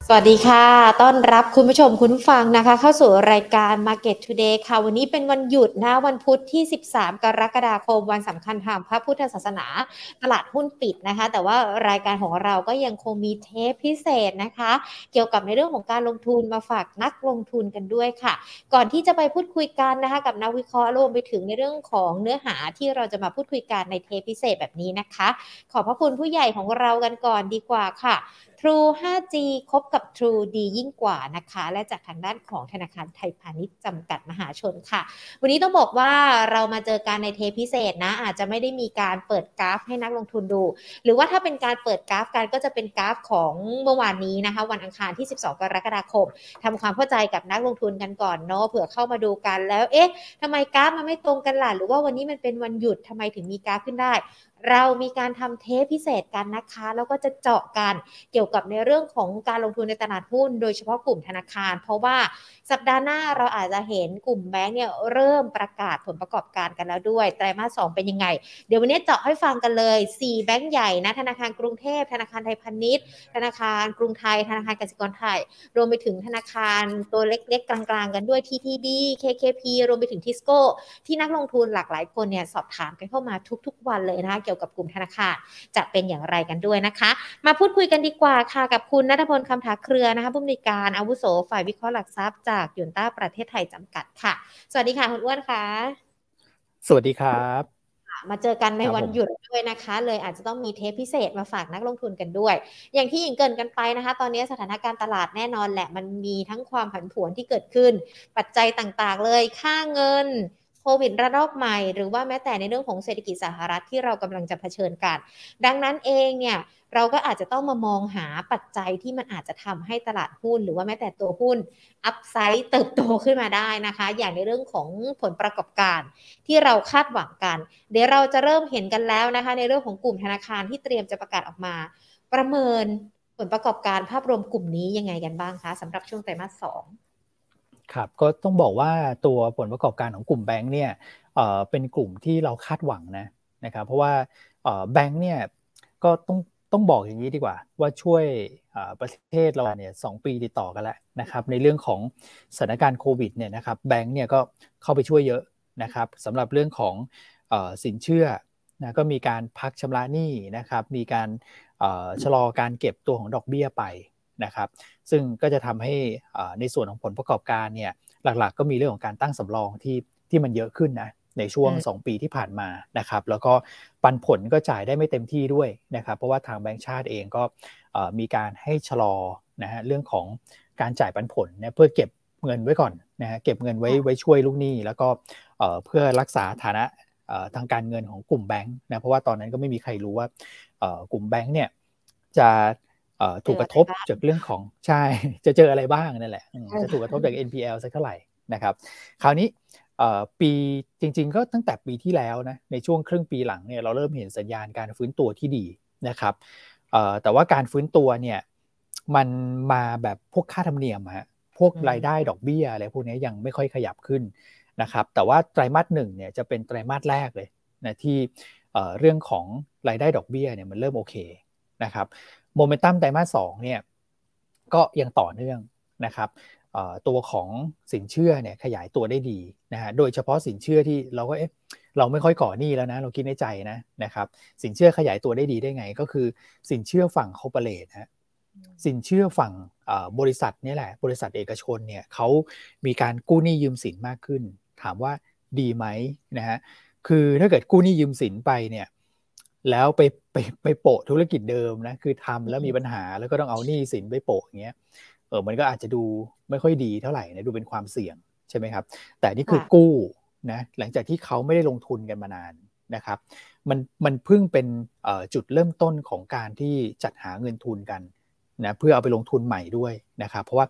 สวัสดีค่ะต้อนรับคุณผู้ชมคุณผู้ฟังนะคะเข้าสู่รายการ Market Today ค่ะวันนี้เป็นวันหยุดนะวันพุธที่13กรกฎาคมวันสำคัญทางพระพุทธศาสนาตลาดหุ้นปิดนะคะแต่ว่ารายการของเราก็ยังคงมีเทปพิเศษนะคะเกี่ยวกับในเรื่องของการลงทุนมาฝากนักลงทุนกันด้วยค่ะก่อนที่จะไปพูดคุยกันนะคะกับนักวิเคราะห์รวมไปถึงในเรื่องของเนื้อหาที่เราจะมาพูดคุยกันในเทปพิเศษแบบนี้นะคะขอบพระคุณผู้ใหญ่ของเรากันก่อนดีกว่าค่ะ True 5G คบกับ True ดียิ่งกว่านะคะและจากทางด้านของธนาคารไทยพาณิชย์จำกัดมหาชนค่ะวันนี้ต้องบอกว่าเรามาเจอกันในเทปพิเศษนะอาจจะไม่ได้มีการเปิดกราฟให้นักลงทุนดูหรือว่าถ้าเป็นการเปิดกราฟกันก็จะเป็นกราฟของเมื่อวานนี้นะคะวันอังคารที่12กรกฎาคมทำความเข้าใจกับนักลงทุนกันก่อนเนาะเผื่อเข้ามาดูกันแล้วทำไมกราฟมันไม่ตรงกันล่ะหรือว่าวันนี้มันเป็นวันหยุดทำไมถึงมีกราฟขึ้นได้เรามีการทำเทปพิเศษกันนะคะแล้วก็จะเจาะกันเกี่ยวกับในเรื่องของการลงทุนในตลาดหุ้นโดยเฉพาะกลุ่มธนาคารเพราะว่าสัปดาห์หน้าเราอาจจะเห็นกลุ่มแบงก์เนี่ยเริ่มประกาศผลประกอบการกันแล้วด้วยไตรมาส2เป็นยังไงเดี๋ยววันนี้เจาะให้ฟังกันเลย4แบงก์ใหญ่นะธนาคารกรุงเทพธนาคารไทยพาณิชย์ธนาคารกรุงไทยธนาคารกสิกรไทยรวมไปถึงธนาคารตัวเล็กๆกลางๆกันด้วย TTB KKP รวมไปถึง Tisco ที่นักลงทุนหลากหลายคนเนี่ยสอบถามกันเข้ามาทุกๆวันเลยนะคะเกี่ยวกับกลุ่มธนาคารจะเป็นอย่างไรกันด้วยนะคะมาพูดคุยกันดีกว่าค่ะกับคุณณัฐพลคำถาเครือนะคะผู้อำนวยการอาวุโสฝ่ายวิเคราะห์หลักทรัพย์จากยูนต้าประเทศไทยจำกัดค่ะสวัสดีค่ะคุณอ้วนค่ะสวัสดีครับมาเจอกันในครับผมวันหยุดด้วยนะคะเลยอาจจะต้องมีเทปพิเศษมาฝากนักลงทุนกันด้วยอย่างที่หญิงเกริ่นกันไปนะคะตอนนี้สถานการณ์ตลาดแน่นอนแหละมันมีทั้งความผันผวนที่เกิดขึ้นปัจจัยต่างๆเลยค่าเงินโควิดระลอกใหม่หรือว่าแม้แต่ในเรื่องของเศรษฐกิจสหรัฐที่เรากำลังจะเผชิญกันดังนั้นเองเนี่ยเราก็อาจจะต้องมามองหาปัจจัยที่มันอาจจะทำให้ตลาดหุ้นหรือว่าแม้แต่ตัวหุ้นอัพไซด์เติบโตขึ้นมาได้นะคะอย่างในเรื่องของผลประกอบการที่เราคาดหวังกัน เดี๋ยวเราจะเริ่มเห็นกันแล้วนะคะในเรื่องของกลุ่มธนาคารที่เตรียมจะประกาศออกมาประเมินผลประกอบการภาพรวมกลุ่มนี้ยังไงกันบ้างคะสำหรับช่วงไตรมาส2 ครับก็ต้องบอกว่าตัวผลประกอบการของกลุ่มแบงก์เนี่ยเป็นกลุ่มที่เราคาดหวังนะครับเพราะว่าแบงก์เนี่ยก็ต้องบอกอย่างนี้ดีกว่าว่าช่วยประเทศเราเนี่ย2 ปีติดต่อกันแล้วนะครับในเรื่องของสถานการณ์โควิดเนี่ยนะครับแบงก์เนี่ยก็เข้าไปช่วยเยอะนะครับสำหรับเรื่องของสินเชื่อนะก็มีการพักชำระหนี้นะครับมีการชะลอการเก็บตัวของดอกเบี้ยไปนะครับ ซึ่งก็จะทำให้ในส่วนของผลประกอบการเนี่ยหลักๆก็มีเรื่องของการตั้งสำรองที่มันเยอะขึ้นนะในช่วง2 ปีที่ผ่านมานะครับแล้วก็ปันผลก็จ่ายได้ไม่เต็มที่ด้วยนะครับเพราะว่าทางแบงก์ชาติเองก็มีการให้ชะลอนะฮะเรื่องของการจ่ายปันผลเนี่ยเพื่อเก็บเงินไว้ก่อนนะฮะเก็บเงินไว้ช่วยลูกหนี้แล้วก็เพื่อรักษาฐานะทางการเงินของกลุ่มแบงก์นะเพราะว่าตอนนั้นก็ไม่มีใครรู้ว่ากลุ่มแบงก์เนี่ยจะ ถูกกระทบจากเรื่องของใช่จะเจออะไรบ้างนั่นแหละจะถูกกระทบจาก NPL สักเท่าไหร่นะครับคราวนี้ปีจริงๆก็ตั้งแต่ปีที่แล้วนะในช่วงครึ่งปีหลังเนี่ยเราเริ่มเห็นสัญญาณการฟื้นตัวที่ดีนะครับแต่ว่าการฟื้นตัวเนี่ยมันมาแบบพวกค่าธรรมเนียมฮะพวกรายได้ดอกเบี้ยอะไรพวกนี้ยังไม่ค่อยขยับขึ้นนะครับแต่ว่าไตรมาส1เนี่ยจะเป็นไตรมาสแรกเลยนะที่เรื่องของรายได้ดอกเบี้ยเนี่ยมันเริ่มโอเคนะครับ โมเมนตัมไตรมาส2เนี่ยก็ยังต่อเนื่องนะครับตัวของสินเชื่อเนี่ยขยายตัวได้ดีนะฮะโดยเฉพาะสินเชื่อที่เราก็เราไม่ค่อยก่อหนี้แล้วนะเราคิดในใจนะครับสินเชื่อขยายตัวได้ดีได้ไงก็คือสินเชื่อฝั่งคอร์ปอเรทฮะสินเชื่อฝั่งบริษัทนี่แหละบริษัทเอกชนเนี่ยเขามีการกู้หนี้ยืมสินมากขึ้นถามว่าดีไหมนะฮะคือถ้าเกิดกู้หนี้ยืมสินไปเนี่ยแล้วไปโปะธุรกิจเดิมนะคือทำแล้วมีปัญหาแล้วก็ต้องเอาหนี้สินไปโปะอย่างเงี้ยมันก็อาจจะดูไม่ค่อยดีเท่าไหร่นะดูเป็นความเสี่ยงใช่ไหมครับแต่นี่คือกู้นะหลังจากที่เขาไม่ได้ลงทุนกันมานานนะครับมันเพิ่งเป็นจุดเริ่มต้นของการที่จัดหาเงินทุนกันนะเพื่อเอาไปลงทุนใหม่ด้วยนะครับเพราะว่า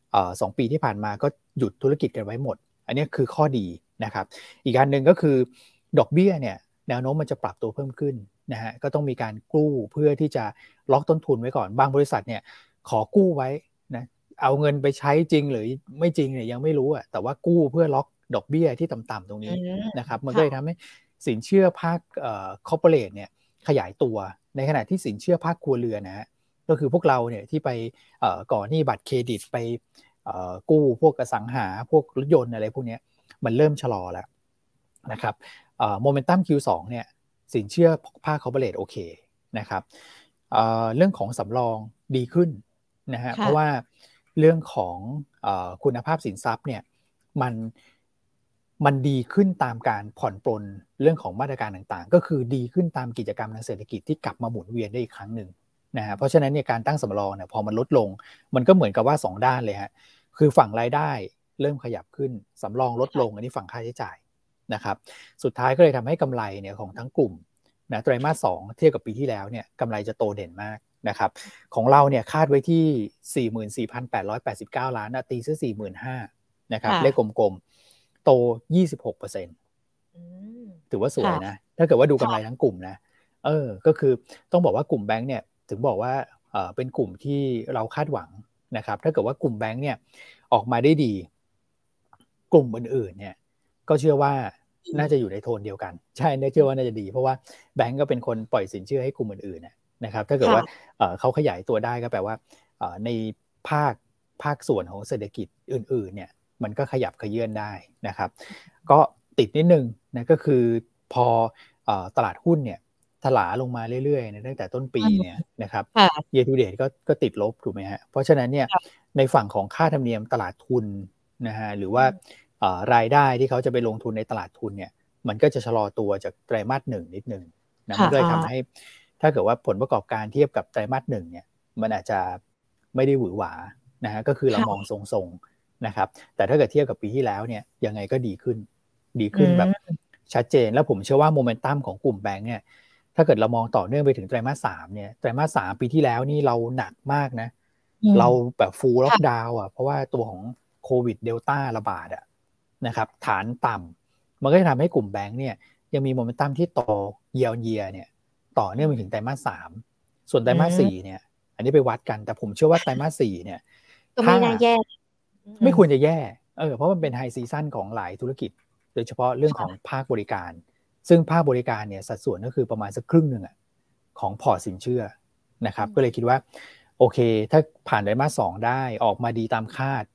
2 ปีที่ผ่านมาก็หยุดธุรกิจกันไว้หมดอันนี้คือข้อดีนะครับอีกการหนึ่งก็คือดอกเบี้ยเนี่ยแนวโน้มมันจะปรับตัวเพิ่มขึ้นนะฮะก็ต้องมีการกู้เพื่อที่จะล็อกต้นทุนไว้ก่อนบางบริษัทเนี่ยขอกู้ไว้นะเอาเงินไปใช้จริงหรือไม่จริงเนี่ยยังไม่รู้อะแต่ว่ากู้เพื่อล็อกดอกเบี้ยที่ต่ำๆตรงนี้นะครับมันก็เลยทำให้สินเชื่อภาคคอร์ปอเรทเนี่ยขยายตัวในขณะที่สินเชื่อภาคครัวเรือนนะฮะก็คือพวกเราเนี่ยที่ไปก่อหนี้บัตรเครดิตไปกู้พวกอสังหาพวกรถยนต์อะไรพวกนี้มันเริ่มชะลอแล้วนะครับโมเมนตัม Q2 เนี่ยสินเชื่อภาคคอร์ปอเรทโอเคนะครับเรื่องของสำรองดีขึ้นนะฮะเพราะว่าเรื่องของคุณภาพสินทรัพย์เนี่ยมันดีขึ้นตามการผ่อนปลนเรื่องของมาตรการต่างๆก็คือดีขึ้นตามกิจกรรมทางเศรษฐกิจที่กลับมาหมุนเวียนได้อีกครั้งหนึ่งนะฮะเพราะฉะนั้นเนี่ยการตั้งสำรองเนี่ยพอมันลดลงมันก็เหมือนกับว่า2ด้านเลยฮะคือฝั่งรายได้เริ่มขยับขึ้นสำรองลดลงอันนี้ฝั่งค่าใช้จ่ายนะครับสุดท้ายก็เลยทำให้กำไรเนี่ยของทั้งกลุ่มนะไตรมาส2เทียบกับปีที่แล้วเนี่ยกำไรจะโตเด่นมากนะครับของเราเนี่ยคาดไว้ที่ 44,889 ล้านตีซะ 45,000 นะครับเลขกลมๆโต 26% ถือว่าสวยนะถ้าเกิดว่าดูกำไรทั้งกลุ่มนะก็คือต้องบอกว่ากลุ่มแบงค์เนี่ยถึงบอกว่าเป็นกลุ่มที่เราคาดหวังนะครับถ้าเกิดว่ากลุ่มแบงค์เนี่ยออกมาได้ดีกลุ่มอื่นๆเนี่ยก็เชื่อว่าน่าจะอยู่ในโทนเดียวกันใช่เชื่อว่าน่าจะดีเพราะว่าแบงค์ก็เป็นคนปล่อยสินเชื่อให้กลุ่มอื่นๆนะครับถ้าเกิดว่าเขาขยายตัวได้ก็แปลว่าในภาคส่วนของเศรษฐกิจอื่นๆเนี่ยมันก็ขยับเขยื้อนได้นะครับก็ติดนิดนึงนะก็คือพอตลาดหุ้นเนี่ยถลาลงมาเรื่อยๆตั้งแต่ต้นปีเนี่ยนะครับ year to date ก็ติดลบถูกไหมฮะเพราะฉะนั้นเนี่ยในฝั่งของค่าธรรมเนียมตลาดทุนนะฮะหรือว่ารายได้ที่เขาจะไปลงทุนในตลาดทุนเนี่ยมันก็จะชะลอตัวจากไตรมาส1นิดนึงนะมันก็เลยทำให้ถ้าเกิดว่าผลประกอบการเทียบกับไตรมาส1เนี่ยมันอาจจะไม่ได้หวือหวานะฮะก็คือเรามองทรงๆนะครับแต่ถ้าเกิดเทียบกับปีที่แล้วเนี่ยยังไงก็ดีขึ้นแบบชัดเจนแล้วผมเชื่อว่าโมเมนตัมของกลุ่มแบงค์เนี่ยถ้าเกิดเรามองต่อเนื่องไปถึงไตรมาส3เนี่ยไตรมาส3ปีที่แล้วนี่เราหนักมากนะเราแบบฟูลล็อกดาวน์อ่ะเพราะว่าตัวของโควิดเดลต้าระบาดอ่ะนะครับฐานต่ำมันก็จะทำให้กลุ่มแบงค์เนี่ยยังมีโมเมนตัมที่โตเยียร์เยียเนี่ยต่อเนื่องไปถึงไตรมาส3ส่วนไตรมาส4เนี่ยอันนี้ไปวัดกันแต่ผมเชื่อว่าไตรมาส4เนี่ยก็ไม่น่าแย่ไม่ควรจะแย่เพราะมันเป็นไฮซีซั่นของหลายธุรกิจโดยเฉพาะเรื่องของภาคบริการซึ่งภาคบริการเนี่ยสัดส่วนก็คือประมาณสักครึ่งหนึ่งของพอร์ตสินเชื่อนะครับก็เลยคิดว่าโอเคถ้าผ่านไตรมาส2ได้ออกมาดีตามคาด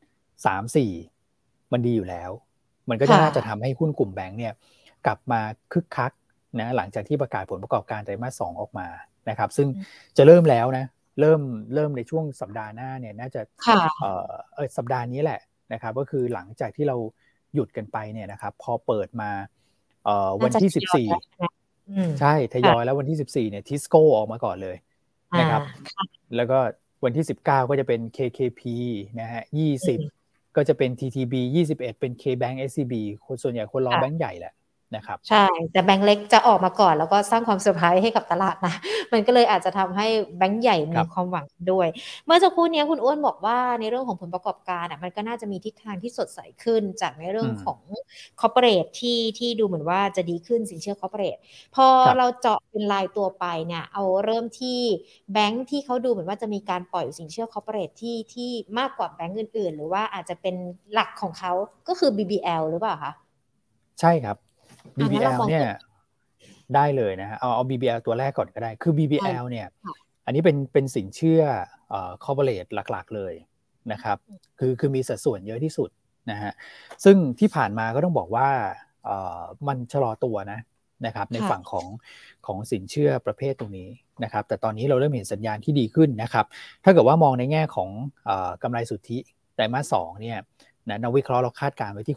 3-4 มันดีอยู่แล้วมันก็น่าจะทำให้หุ้นกลุ่มแบงค์เนี่ยกลับมาคึกคักนะหลังจากที่ประกาศผลประกอบการไตรมาส2ออกมานะครับซึ่งจะเริ่มแล้วนะเริ่มในช่วงสัปดาห์หน้าเนี่ยน่าจะสัปดาห์นี้แหละนะครับก็คือหลังจากที่เราหยุดกันไปเนี่ยนะครับพอเปิดมาวันที่14ใช่ทยอยแล้ววันที่14เนี่ยทิสโก้ออกมาก่อนเลยนะครับแล้วก็วันที่19ก็จะเป็น KKP นะฮะ20ก็จะเป็น TTB 21เป็น KBank SCB คนส่วนใหญ่คนรอแบงค์ใหญ่แหละนะครับใช่แต่แบงค์เล็กจะออกมาก่อนแล้วก็สร้างความเซอร์ไพรส์ให้กับตลาดนะมันก็เลยอาจจะทำให้แบงค์ใหญ่มีความหวังด้วยเมื่อสักครู่นี้คุณอ้วนบอกว่าในเรื่องของผลประกอบการมันก็น่าจะมีทิศทางที่สดใสขึ้นจากในเรื่องของคอร์ปอเรทที่ดูเหมือนว่าจะดีขึ้นสินเชื่อคอร์ปอเรทพอเราเจาะเป็นรายตัวไปเนี่ยเอาเริ่มที่แบงค์ที่เขาดูเหมือนว่าจะมีการปล่อยสินเชื่อคอร์ปอเรทที่มากกว่าแบงค์อื่นๆหรือว่าอาจจะเป็นหลักของเขาก็คือ BBL หรือเปล่าคะใช่ครับBBL เนี่ยได้เลยนะฮะเอา BBL ตัวแรกก่อนก็ได้คือ BBL เนี่ยอันนี้เป็นสินเชื่อcorporate หลักๆเลยนะครับคือมีสัดส่วนเยอะที่สุดนะฮะซึ่งที่ผ่านมาก็ต้องบอกว่ามันชะลอตัวนะครับในฝั่งของสินเชื่อประเภทตรงนี้นะครับแต่ตอนนี้เราเริ่มเห็นสัญญาณที่ดีขึ้นนะครับถ้าเกิดว่ามองในแง่ของกำไรสุทธิไตรมาส2เนี่ยนักวิเคราะห์เราคาดการไว้ที่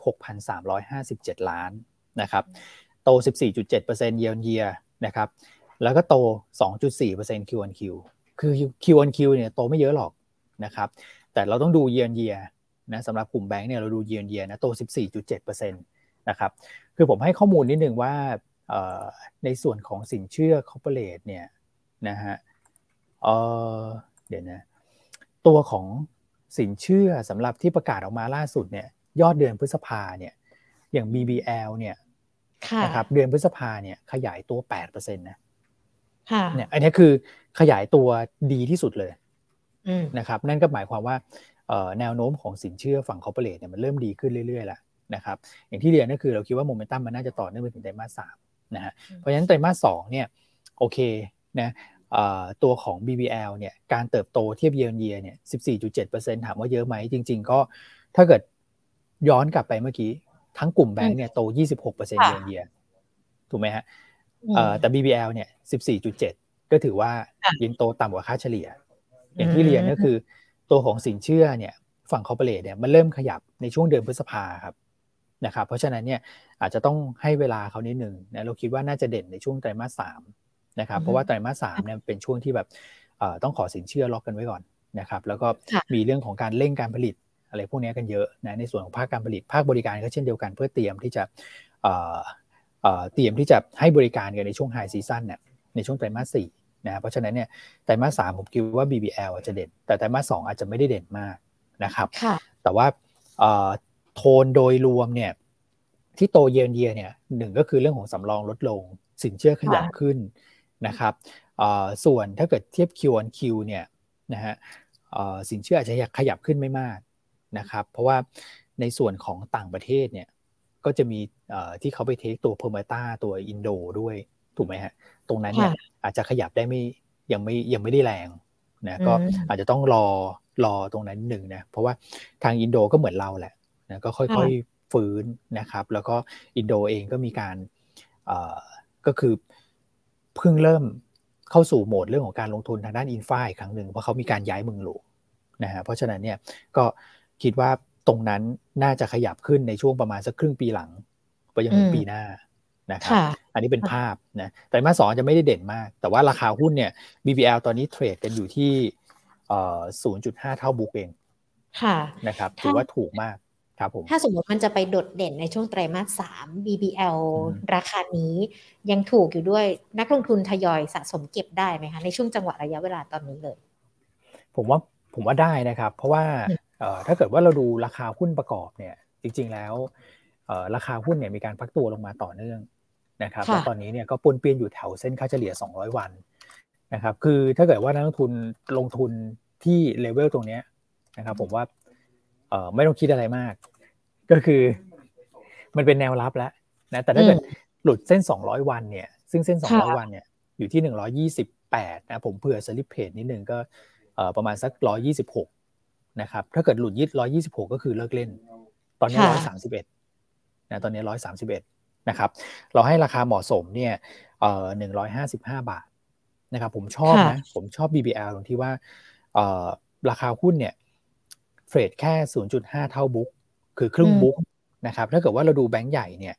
6,357 ล้านนะครับโต 14.7% year on year นะครับแล้วก็โต 2.4% Q on Q คือ Q on Q เนี่ยโตไม่เยอะหรอกนะครับแต่เราต้องดู year on year นะสำหรับกลุ่มแบงค์เนี่ยเราดู year on year นะโต 14.7% นะครับคือผมให้ข้อมูลนิดนึงว่าในส่วนของสินเชื่อ corporate เนี่ยนะฮะเดี๋ยวนะตัวของสินเชื่อสำหรับที่ประกาศออกมาล่าสุดเนี่ยยอดเดือนพฤษภาเนี่ยอย่าง BBL เนี่ยนะครับเดือนพฤษภาเนี่ยขยายตัว 8% นะเนี่ยอันนี้คือขยายตัวดีที่สุดเลยนะครับนั่นก็หมายความว่าแนวโน้มของสินเชื่อฝั่ง corporate เนี่ยมันเริ่มดีขึ้นเรื่อยๆแล้วนะครับอย่างที่เรียนก็คือเราคิดว่าโมเมนตัมมันน่าจะต่อเนื่องไปถึงไตรมาส3นะฮะเพราะฉะนั้นไตรมาส2เนี่ยโอเคนะตัวของ BBL เนี่ยการเติบโตเทียบ year on year เนี่ย 14.7% ถามว่าเยอะไหมจริงๆก็ถ้าเกิดย้อนกลับไปเมื่อกี้ทั้งกลุ่มแบงก์เนี่ยโต 26% ค่ะ year on year ถูกไหมฮะอืมแต่ BBL เนี่ย 14.7 ก็ถือว่าค่ะยังโตต่ำกว่าค่าเฉลี่ยอือย่างที่เรียนก็คือมตัวของสินเชื่อเนี่ยฝั่ง corporate เนี่ยมันเริ่มขยับในช่วงเดือนพฤษภาครับนะครับเพราะฉะนั้นเนี่ยอาจจะต้องให้เวลาเขานิดนึงนะเราคิดว่าน่าจะเด่นในช่วงไตรมาส3นะครับเพราะว่าไตรมาส3เนี่ยเป็นช่วงที่แบบต้องขอสินเชื่อล็อกกันไว้ก่อนนะครับแล้วก็ค่ะมีเรื่องของการเร่งการผลิตอะไรพวกนี้กันเยอะนะในส่วนของภาคการผลิตภาคบริการก็เช่นเดียวกันเพื่อเตรียมที่จะให้บริการกันในช่วงไฮซีซั่นเนี่ยในช่วงไตรมาส4นะเพราะฉะนั้นเนี่ยไตรมาส3ผมคิดว่า BBL อาจจะเด่นแต่ไตรมาส2อาจจะไม่ได้เด่นมากนะครับแต่ว่าโทนโดยรวมเนี่ยที่โตเยียร์เยียเนี่ยหนึ่งก็คือเรื่องของสำรองลดลงสินเชื่อขยับขึ้นนะครับส่วนถ้าเกิดเทียบ Q on Q เนี่ยนะฮะสินเชื่ออาจจะขยับขึ้นไม่มากนะครับเพราะว่าในส่วนของต่างประเทศเนี่ยก็จะมีที่เขาไปเทคตัวเพอร์มาต้าตัวอินโดด้วยถูกไหมฮะตรงนั้นเนี่ยอาจจะขยับได้ยังไม่ได้แรงนะก็อาจจะต้องรอตรงนั้นหนึ่งนะเพราะว่าทางอินโดก็เหมือนเราแหละนะก็ค่อยๆฟื้นนะครับแล้วก็อินโดเองก็มีการก็คือเพิ่งเริ่มเข้าสู่โหมดเรื่องของการลงทุนทางด้านอินฟาอีกครั้งหนึ่งเพราะเขามีการย้ายเมืองหลวงนะฮะเพราะฉะนั้นเนี่ยก็คิดว่าตรงนั้นน่าจะขยับขึ้นในช่วงประมาณสักครึ่งปีหลังไปจนถึงปีหน้านะครับอันนี้เป็นภาพนะไตรมาส 2จะไม่ได้เด่นมากแต่ว่าราคาหุ้นเนี่ย BBL ตอนนี้เทรดกันอยู่ที่0.5 เท่าบุ๊กเองนะครับถือว่าถูกมากครับผมถ้าสมมติมันจะไปโดดเด่นในช่วงไตรมาส3 BBL ราคานี้ยังถูกอยู่ด้วยนักลงทุนทยอยสะสมเก็บได้ไหมคะในช่วงจังหวะระยะเวลาตอนนี้เลยผมว่าได้นะครับเพราะว่าถ้าเกิดว่าเราดูราคาหุ้นประกอบเนี่ยจริงๆแล้วราคาหุ้นเนี่ยมีการพักตัวลงมาต่อเนื่องนะครับแล้วตอนนี้เนี่ยก็ป้วนเปี้ยนอยู่แถวเส้นค่าเฉลี่ย200วันนะครับคือถ้าเกิดว่านักลงทุนลงทุนที่เลเวลตรงนี้นะครับผมว่าไม่ต้องคิดอะไรมากก็คือมันเป็นแนวรับแล้วนะแต่ถ้าเกิดหลุดเส้น200วันเนี่ยซึ่งเส้น200วันเนี่ยอยู่ที่128นะผมเผื่อสลิปเพจนิดนึงก็ประมาณสัก126นะครับถ้าเกิดหลุด126ก็คือเลิกเล่นตอนนี้131นะตอนนี้131นะครับเราให้ราคาเหมาะสมเนี่ย155 บาทนะครับผมชอบนะผมชอบ BBL ตรงที่ว่าราคาหุ้นเนี่ยเทรดแค่ 0.5 เท่าบุ๊กคือครึ่งบุ๊กนะครับถ้าเกิดว่าเราดูแบงก์ใหญ่เนี่ย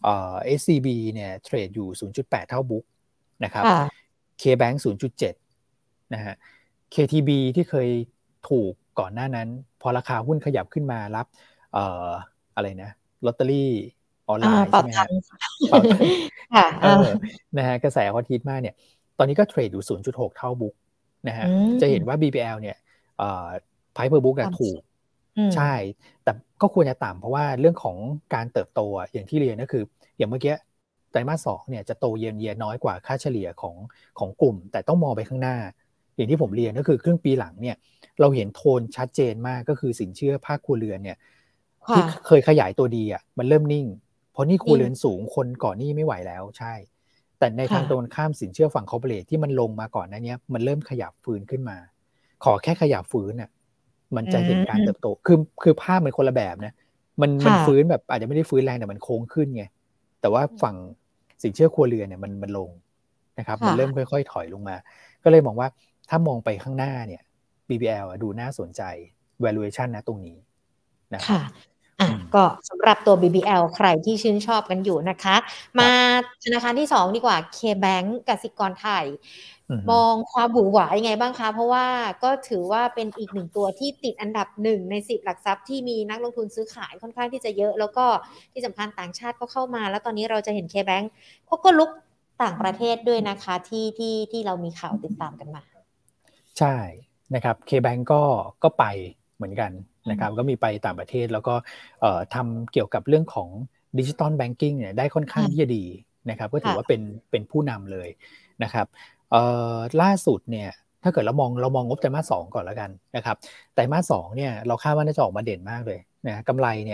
SCB เนี่ยเทรดอยู่ 0.8 เท่าบุ๊กนะครับ KBank 0.7 นะฮะ KTB ที่เคยถูกก่อนหน้านั้นพอราคาหุ้นขยับขึ้นมารับอะไรนะลอตเตอรี่ออนไลน์ใช่ไหมฮะเป่าตังนะฮะกระแสฮอตฮิตมากเนี่ยตอนนี้ก็เทรดอยู่ 0.6 เท่าบุ๊กนะฮะจะเห็นว่า BBL เนี่ยPrice per book เนี่ยถูกใช่แต่ก็ควรจะต่ำเพราะว่าเรื่องของการเติบโตอย่างที่เรียนก็คืออย่างเมื่อกี้ไตรมาส 2เนี่ยจะโตเยียร์น้อยกว่าค่าเฉลี่ยของกลุ่มแต่ต้องมองไปข้างหน้าอย่างที่ผมเรียนก็คือครึ่งปีหลังเนี่ยเราเห็นโทนชัดเจนมากก็คือสินเชื่อภาคครัวเรือนเนี่ยที่เคยขยายตัวดีมันเริ่มนิ่งเพราะนี่ครัวเรือนสูงคนก่อนหนี้ไม่ไหวแล้วใช่แต่ในทางตรงข้ามสินเชื่อฝั่งคอร์ปอเรทที่มันลงมาก่อนหน้านี้มันเริ่มขยับฟื้นขึ้นมาขอแค่ขยับฟื้นมันจะเห็นการเติบโตคือภาพมันคนละแบบนะมันฟื้นแบบอาจจะไม่ได้ฟื้นแรงแต่มันโค้งขึ้นไงแต่ว่าฝั่งสินเชื่อครัวเรือนเนี่ยมันลงนะครับมันเริ่มค่อยๆถอยลงมาก็เลยมองว่าถ้ามองไปข้างหน้าเนี่ย BBL ดูน่าสนใจ valuation นะตรงนี้นะครับก็สำหรับตัว BBL ใครที่ชื่นชอบกันอยู่นะคะมาธนาคารที่2ดีกว่า KBank กสิกรไทยมองความหวือหวายังไงบ้างคะเพราะว่าก็ถือว่าเป็นอีกหนึ่งตัวที่ติดอันดับ1ใน10หลักทรัพย์ที่มีนักลงทุนซื้อขายค่อนข้างที่จะเยอะแล้วก็ที่สำคัญต่างชาติก็เข้ามาแล้วตอนนี้เราจะเห็น KBank เขาก็ลุกต่างประเทศด้วยนะคะที่เรามีข่าวติดตามกันมาใช่นะครับ KBank ก็ไปเหมือนกันนะครับก็มีไปต่างประเทศแล้วก็ทำเกี่ยวกับเรื่องของดิจิตอลแบงกิ้งเนี่ยได้ค่อนข้างที่จะดีนะครับก็ถือว่าเป็นผู้นำเลยนะครับล่าสุดเนี่ยถ้าเกิดเรามองงบไตรมาส 2ก่อนแล้วกันนะครับไตรมาส 2เนี่ยเราคาดว่าน่าจะออกมาเด่นมากเลยนะกำไรเนี่ย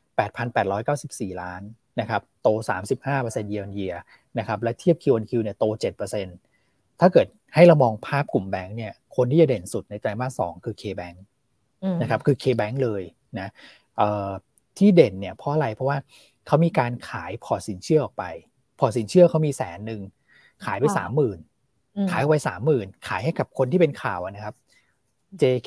8,894 ล้านนะครับโต 35% year on year นะครับและเทียบ Q on Q เนี่ยโต 7%ถ้าเกิดให้เรามองภาพกลุ่มแบงก์เนี่ยคนที่จะเด่นสุดในไตรมาส 2คือ KBank นะครับคือ KBank เลยนะที่เด่นเนี่ยเพราะอะไรเพราะว่าเขามีการขายพอร์ตสินเชื่อออกไปพอร์ตสินเชื่อเขามี100,000ขายไป 30,000 ขายไป 30,000 ขายให้กับคนที่เป็นข่าวนะครับ JK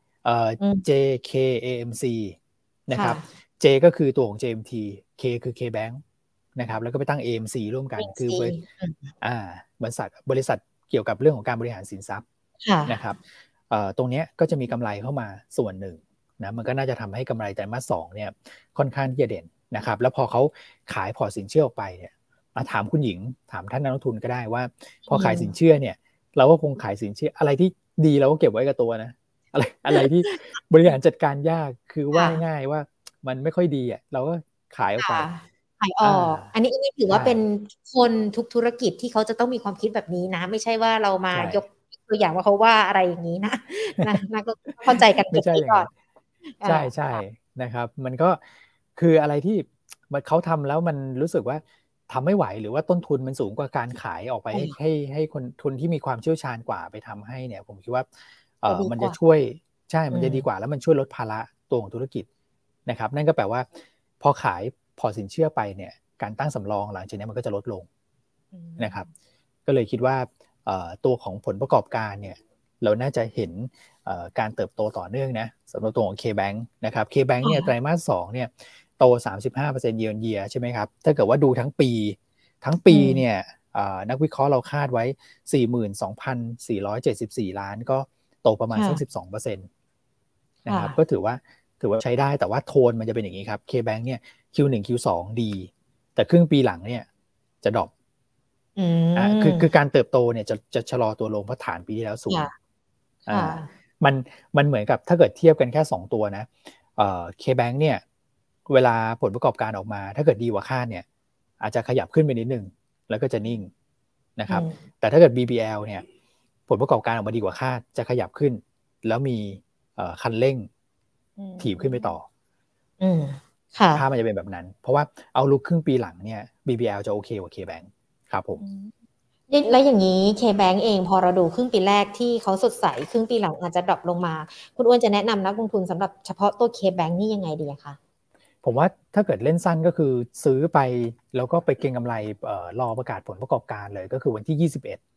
JKAMC นะครับ J ก็คือตัวของ JMT K คือ KBank นะครับแล้วก็ไปตั้ง AMC ร่วมกันคือบริษัทเกี่ยวกับเรื่องของการบริหารสินทรัพย์นะครับตรงนี้ก็จะมีกำไรเข้ามาส่วนหนึ่งนะมันก็น่าจะทำให้กำไรไตรมาส 2เนี่ยค่อนข้างที่จะเด่นนะครับแล้วพอเขาขายพอร์ตสินเชื่อออกไปเนี่ยมาถามคุณหญิงถามท่านนักลงทุนก็ได้ว่าพอขายสินเชื่อเนี่ยเราก็คงขายสินเชื่ออะไรที่ดีเราก็เก็บไว้กับตัวนะอะไรที่บริหารจัดการยากคือว่าง่ายว่ามันไม่ค่อยดีอ่ะเราก็ขายออกไปขายออกอันนี้ถือว่าเป็นคนทุกธุรกิจที่เขาจะต้องมีความคิดแบบนี้นะไม่ใช่ว่าเรามายกตัวอย่างว่าเขาว่าอะไรอย่างนี้นะก็เข้าใจกันไม่ใช่ก่อนใช่นะครับมันก็คืออะไรที่เขาทำแล้วมันรู้สึกว่าทำไม่ไหวหรือว่าต้นทุนมันสูงกว่าการขายออกไปให้คนทุนที่มีความเชี่ยวชาญกว่าไปทำให้เนี่ยผมคิดว่ามันจะช่วยใช่มันจะดีกว่าแล้วมันช่วยลดภาระตัวของธุรกิจนะครับนั่นก็แปลว่าพอขายพอสินเชื่อไปเนี่ยการตั้งสำรองหลังจากนี้มันก็จะลดลงนะครับก็เลยคิดว่าตัวของผลประกอบการเนี่ยเราน่าจะเห็นการเติบโตต่อเนื่องนะสำหรับตัวของ KBank นะครับ KBank เนี่ยไตรมาส 2เนี่ยโต 35% year on year ใช่ไหมครับถ้าเกิดว่าดูทั้งปีเนี่ยนักวิเคราะห์เราคาดไว้ 42,474 ล้านก็โตประมาณสัก 12% นะครับก็ถือว่าใช้ได้แต่ว่าโทนมันจะเป็นอย่างนี้ครับ KBank เนี่ย Q1 Q2 ดีแต่ครึ่งปีหลังเนี่ยจะดรอปคือการเติบโตเนี่ยจะชะลอตัวลงเพราะฐานปีที่แล้วสูงมันเหมือนกับถ้าเกิดเทียบกันแค่2ตัวนะKBank เนี่ยเวลาผลประกอบการออกมาถ้าเกิดดีกว่าคาดเนี่ยอาจจะขยับขึ้นไปนิดนึงแล้วก็จะนิ่งนะครับแต่ถ้าเกิด BBL เนี่ยผลประกอบการออกมาดีกว่าคาดจะขยับขึ้นแล้วมีคันเร่งถีบขึ้นไปต่อภาพมันจะเป็นแบบนั้นเพราะว่าเอาลุกครึ่งปีหลังเนี่ย BBL จะโอเคกว่า KBank ครับผมแล้วอย่างนี้ KBank เองพอเราดูครึ่งปีแรกที่เขาสดใสครึ่งปีหลังอาจจะดรอปลงมาคุณอ้วนจะแนะนำนักลงทุนสำหรับเฉพาะตัว KBank นี่ยังไงดีคะผมว่าถ้าเกิดเล่นสั้นก็คือซื้อไปแล้วก็ไปเก็งกำไรรอประกาศผลประกอบการเลยก็คือวันที่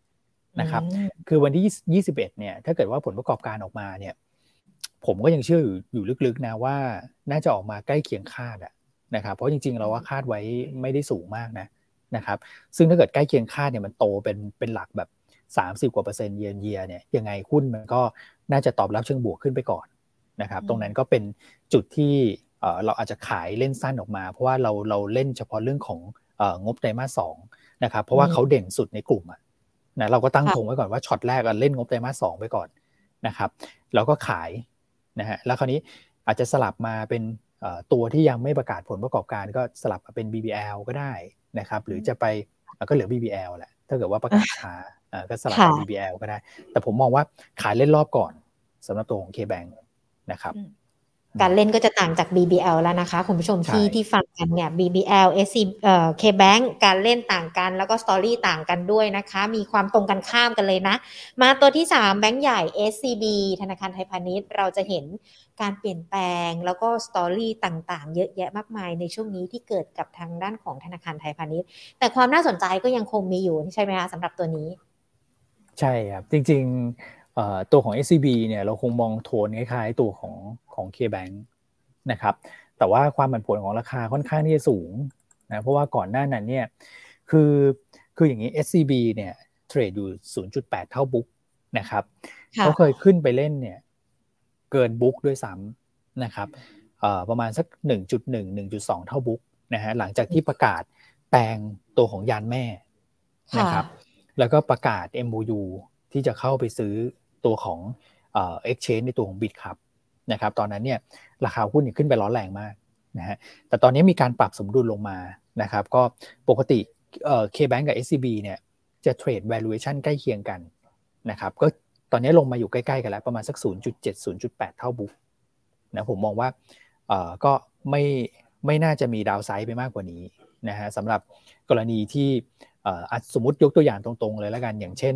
21นะครับคือวันที่21เนี่ยถ้าเกิดว่าผลประกอบการออกมาเนี่ยผมก็ยังเชื่ออยู่ลึกๆนะว่าน่าจะออกมาใกล้เคียงคาดนะครับเพราะจริงๆเราว่าคาดไว้ไม่ได้สูงมากนะครับซึ่งถ้าเกิดใกล้เคียงคาดเนี่ยมันโตเป็นหลักแบบ30กว่า%เยียร์เนี่ยยังไงหุ้นมันก็น่าจะตอบรับเชิงบวกขึ้นไปก่อนนะครับตรงนั้นก็เป็นจุดที่เราอาจจะขายเล่นสั้นออกมาเพราะว่าเราเล่นเฉพาะเรื่องของงบไตรมาส 2นะครับเพราะว่าเขาเด่นสุดในกลุ่มนะเราก็ตั้งธงไว้ก่อนว่าช็อตแรกเล่นงบไตรมาส 2ไปก่อนนะครับแล้วก็ขายนะฮะแล้วคราวนี้อาจจะสลับมาเป็นตัวที่ยังไม่ประกาศผลประกอบการก็สลับมาเป็น BBL ก็ได้นะครับหรือจะไปก็เหลือ BBL แหละถ้าเกิดว่าประกาศช้าก็สลับมา BBL ก็ได้แต่ผมมองว่าขายเล่นรอบก่อนสำหรับตัวของ KBank นะครับการเล่นก็จะต่างจาก BBL แล้วนะคะคุณผู้ชมที่ฟังกันเนี่ย BBL SC KBank การเล่นต่างกันแล้วก็สตอรี่ต่างกันด้วยนะคะมีความตรงกันข้ามกันเลยนะมาตัวที่3แบงก์ใหญ่ SCB ธนาคารไทยพาณิชย์เราจะเห็นการเปลี่ยนแปลงแล้วก็สตอรี่ต่างๆเยอะแยะมากมายในช่วงนี้ที่เกิดกับทางด้านของธนาคารไทยพาณิชย์แต่ความน่าสนใจก็ยังคงมีอยู่ใช่ไหมคะสำหรับตัวนี้ใช่ครับจริงๆตัวของ SCB เนี่ยเราคงมองโทนคล้ายๆตัวของ KBank นะครับแต่ว่าความผันผวนของราคาค่อนข้างที่จะสูงนะเพราะว่าก่อนหน้านั้นเนี่ยคืออย่างนี้ SCB เนี่ยเทรดอยู่ 0.8 เท่าบุ๊กนะครับเขาเคยขึ้นไปเล่นเนี่ยเกินบุ๊กด้วยซ้ำนะครับประมาณสัก 1.1 1.2 เท่าบุ๊กนะฮะหลังจากที่ประกาศแปลงตัวของยานแม่นะครับแล้วก็ประกาศ MOU ที่จะเข้าไปซื้อตัวของexchange ในตัวของ BitCup นะครับตอนนั้นเนี่ยราคาหุ้นขึ้นไปร้อนแรงมากนะฮะแต่ตอนนี้มีการปรับสมดุลลงมานะครับก็ปกติKBank กับ SCB เนี่ยจะเทรด valuation ใกล้เคียงกันนะครับก็ตอนนี้ลงมาอยู่ใกล้ๆกันแล้วประมาณสัก 0.7 0.8 เท่าบุ๊กนะผมมองว่าก็ไม่น่าจะมีดาวไซด์ไปมากกว่านี้นะฮะสำหรับกรณีที่สมมุติยกตัวอย่างตรงๆเลยแล้วกันอย่างเช่น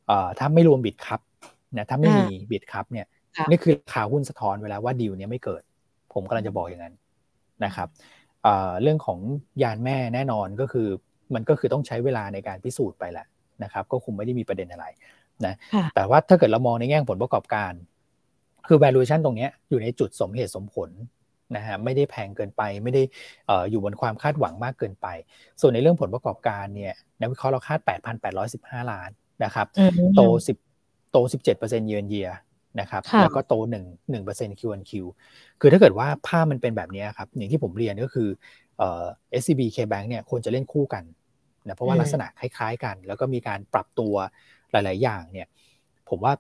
ถ้าไม่รวมบิตคัพนะถ้าไม่มีบิตคัพเนี่ยนี่คือราคาหุ้นสะท้อนเวลาว่าดีลนี้ไม่เกิดผมกำลังจะบอกอย่างนั้นนะครับเรื่องของยานแม่แน่นอนก็คือมันก็คือต้องใช้เวลาในการพิสูจน์ไปแหละนะครับก็คงไม่ได้มีประเด็นอะไรนะแต่ว่าถ้าเกิดเรามองในแง่ผลประกอบการคือ valuation ตรงนี้อยู่ในจุดสมเหตุสมผลนะฮะไม่ได้แพงเกินไปไม่ได้อยู่บนความคาดหวังมากเกินไปส่วนในเรื่องผลประกอบการเนี่ยนักวิเคราะห์เราคาด 8,815 ล้านนะครับโต17% year on year นะครับแล้วก็โต1% Q on Q คือถ้าเกิดว่าภาพมันเป็นแบบนี้ครับอย่างที่ผมเรียนก็คือSCB KBank เนี่ยควรจะเล่นคู่กันนะเพราะว่าลักษณะคล้ายๆกันแล้วก็มีการปรับตัวหลายๆอย่างเนี่ยผมว่า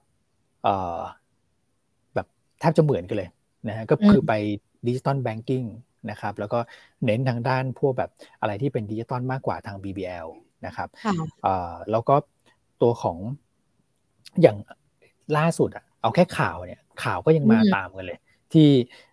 แบบแทบจะเหมือนกันเลยนะฮะก็คือไปดิจิตอลแบงกิ้งนะครับแล้วก็เน้นทางด้านพวกแบบอะไรที่เป็นดิจิตอลมากกว่าทาง BBL นะครับแล้วก็ตัวของอย่างล่าสุดเอาแค่ข่าวเนี่ยข่าวก็ยังมาตามกันเลยที่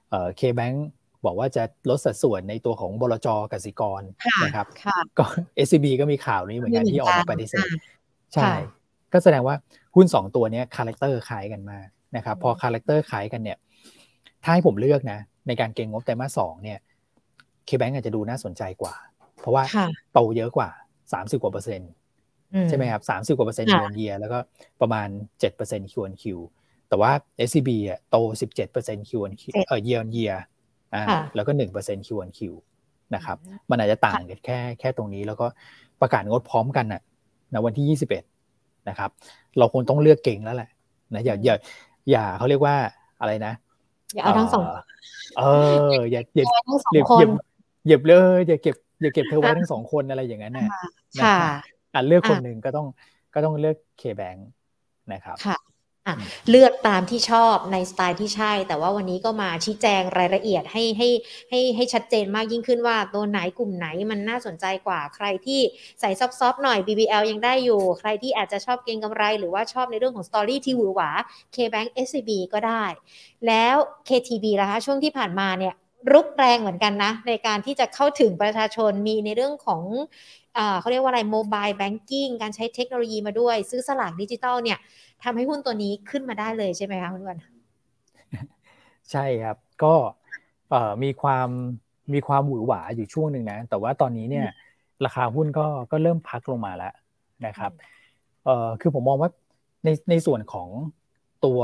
KBank บอกว่าจะลดสัดส่วนในตัวของบลจ.กสิกรนะครับก็ SCB ก็มีข่าวนี้เหมือนกันที่ออกมาปฏิเสธใช่ก็แสดงว่าหุ้น2ตัวนี้คาแรคเตอร์คล้ายกันมากนะครับพอคาแรคเตอร์คล้ายกันเนี่ยถ้าให้ผมเลือกนะในการเก็งงบไตรมาส2เนี่ย KBank อาจจะดูน่าสนใจกว่าเพราะว่าโตเยอะกว่า30กว่าเปอร์เซ็นต์ใช่ไหมครับ30กว่าเปอร์เซ็นต์ year on year แล้วก็ประมาณ 7% Q on Q แต่ว่า SCB โต 17% Q on Q year on year แล้วก็ 1% Q on Q นะครับมันอาจจะต่างกันแค่ตรงนี้แล้วก็ประกาศงดพร้อมกันนะวันที่21นะครับเราคงต้องเลือกเก่งแล้วแหละนะอย่าเขาเรียกว่าอะไรนะอย่าเอาทั้งสองอย่าเหยียบเลยอย่าเก็บเธอไว้ทั้ง2คนอะไรอย่างนั้นนะเลือกคนหนึ่งก็ต้องเลือก KBank นะครับเลือกตามที่ชอบในสไตล์ที่ใช่แต่ว่าวันนี้ก็มาชี้แจงรายละเอียดให้ชัดเจนมากยิ่งขึ้นว่าตัวไหนกลุ่มไหนมันน่าสนใจกว่าใครที่ใส่ซอฟๆหน่อย BBL ยังได้อยู่ใครที่อาจจะชอบเก็งกำไรหรือว่าชอบในเรื่องของสตอรี่ที่หวือหวา KBank SCB ก็ได้แล้ว KTB ล่ะคะช่วงที่ผ่านมาเนี่ยรุกแรงเหมือนกันนะในการที่จะเข้าถึงประชาชนมีในเรื่องของเขาเรียกว่าอะไรโมบายแบงกิ้งการใช้เทคโนโลยีมาด้วยซื้อสลากดิจิตอลเนี่ยทำให้หุ้นตัวนี้ขึ้นมาได้เลยใช่ไหมคะคุณวันใช่ครับก็มีความหวือหวาอยู่ช่วงหนึ่งนะแต่ว่าตอนนี้เนี่ยราคาหุ้นก็เริ่มพักลงมาแล้วนะครับคือผมมองว่าในส่วนของตัว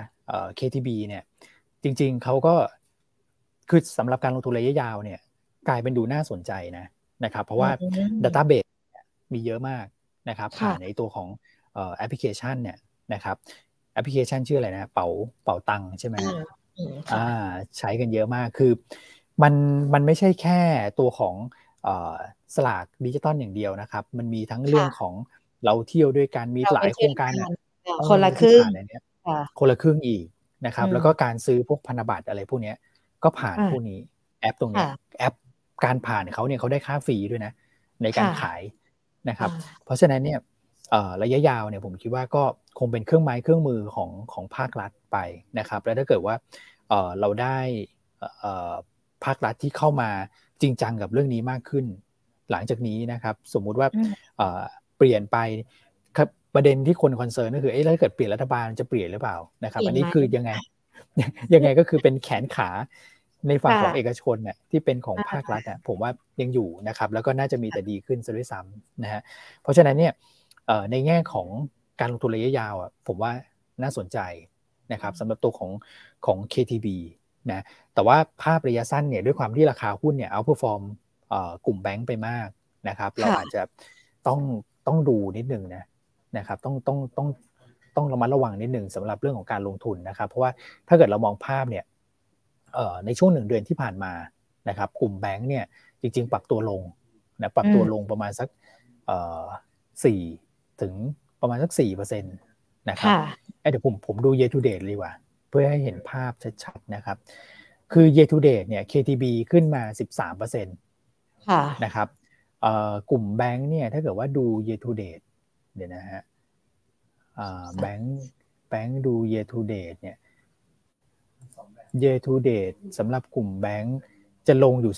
KTB เนี่ยจริงๆเขาก็คือสำหรับการลงทุนระยะยาวเนี่ยกลายเป็นดูน่าสนใจนะครับเพราะว่า Database มีเยอะมากนะครับผ่านในตัวของแอปพลิเคชันเนี่ยนะครับแอปพลิเคชันชื่ออะไรนะเป๋าตังใช่ไหมใช้กันเยอะมากคือมันไม่ใช่แค่ตัวของสลากดิจิตอลอย่างเดียวนะครับมันมีทั้งเรื่องของเราเที่ยวด้วยกันมีหลายโครงการคนละครึ่งคนละครึ่งอีกนะครับแล้วก็การซื้อพวกพันธบัตรอะไรพวกนี้ก็ผ่านพวกนี้แอปตรงนี้แอปการผ่านเขาเนี่ยเขาได้ค่าฟรีด้วยนะในการขายนะครับเพราะฉะนั้นเนี่ยระยะยาวเนี่ยผมคิดว่าก็คงเป็นเครื่องไม้เครื่องมือของภาครัฐไปนะครับแล้วถ้าเกิดว่าเราได้ภาครัฐที่เข้ามาจริงจังกับเรื่องนี้มากขึ้นหลังจากนี้นะครับสมมุติว่าเปลี่ยนไปประเด็นที่คนคอนเซิร์นก็คือถ้าเกิดเปลี่ยนรัฐบาลจะเปลี่ยนหรือเปล่านะครับอันนี้คือยังไงก็คือเป็นแขนขาในฝั่งของเอกชนเนี่ยที่เป็นของภาครัฐผมว่ายังอยู่นะครับแล้วก็น่าจะมีแต่ดีขึ้นซะด้วยซ้ำนะฮะเพราะฉะนั้นเนี่ยในแง่ของการลงทุนระยะยาวผมว่าน่าสนใจนะครับสำหรับตัวของ KTB นะแต่ว่าภาพระยะสั้นเนี่ยด้วยความที่ราคาหุ้นเนี่ยเอาท์เพอร์ฟอร์มกลุ่มแบงก์ไปมากนะครับเราอาจจะต้องดูนิดนึงนะครับต้องระมัดระวังนิดนึงสำหรับเรื่องของการลงทุนนะครับเพราะว่าถ้าเกิดเรามองภาพเนี่ยในช่วง1 เดือนที่ผ่านมานะครับกลุ่มแบงก์เนี่ยจริงๆปรับตัวลงนะปรับตัวลงประมาณสัก4ถึงประมาณสัก 4% นะครับเดี๋ยวผมดู year to date เลยดีกว่าเพื่อให้เห็นภาพชัดๆนะครับคือ year to date เนี่ย KTB ขึ้นมา 13% นะครับกลุ่มแบงก์เนี่ยถ้าเกิดว่าดู year to date เดี๋ยวนะฮะแบงก์ดู year to date เนี่ย year to date สำหรับกลุ่มแบงก์จะลงอยู่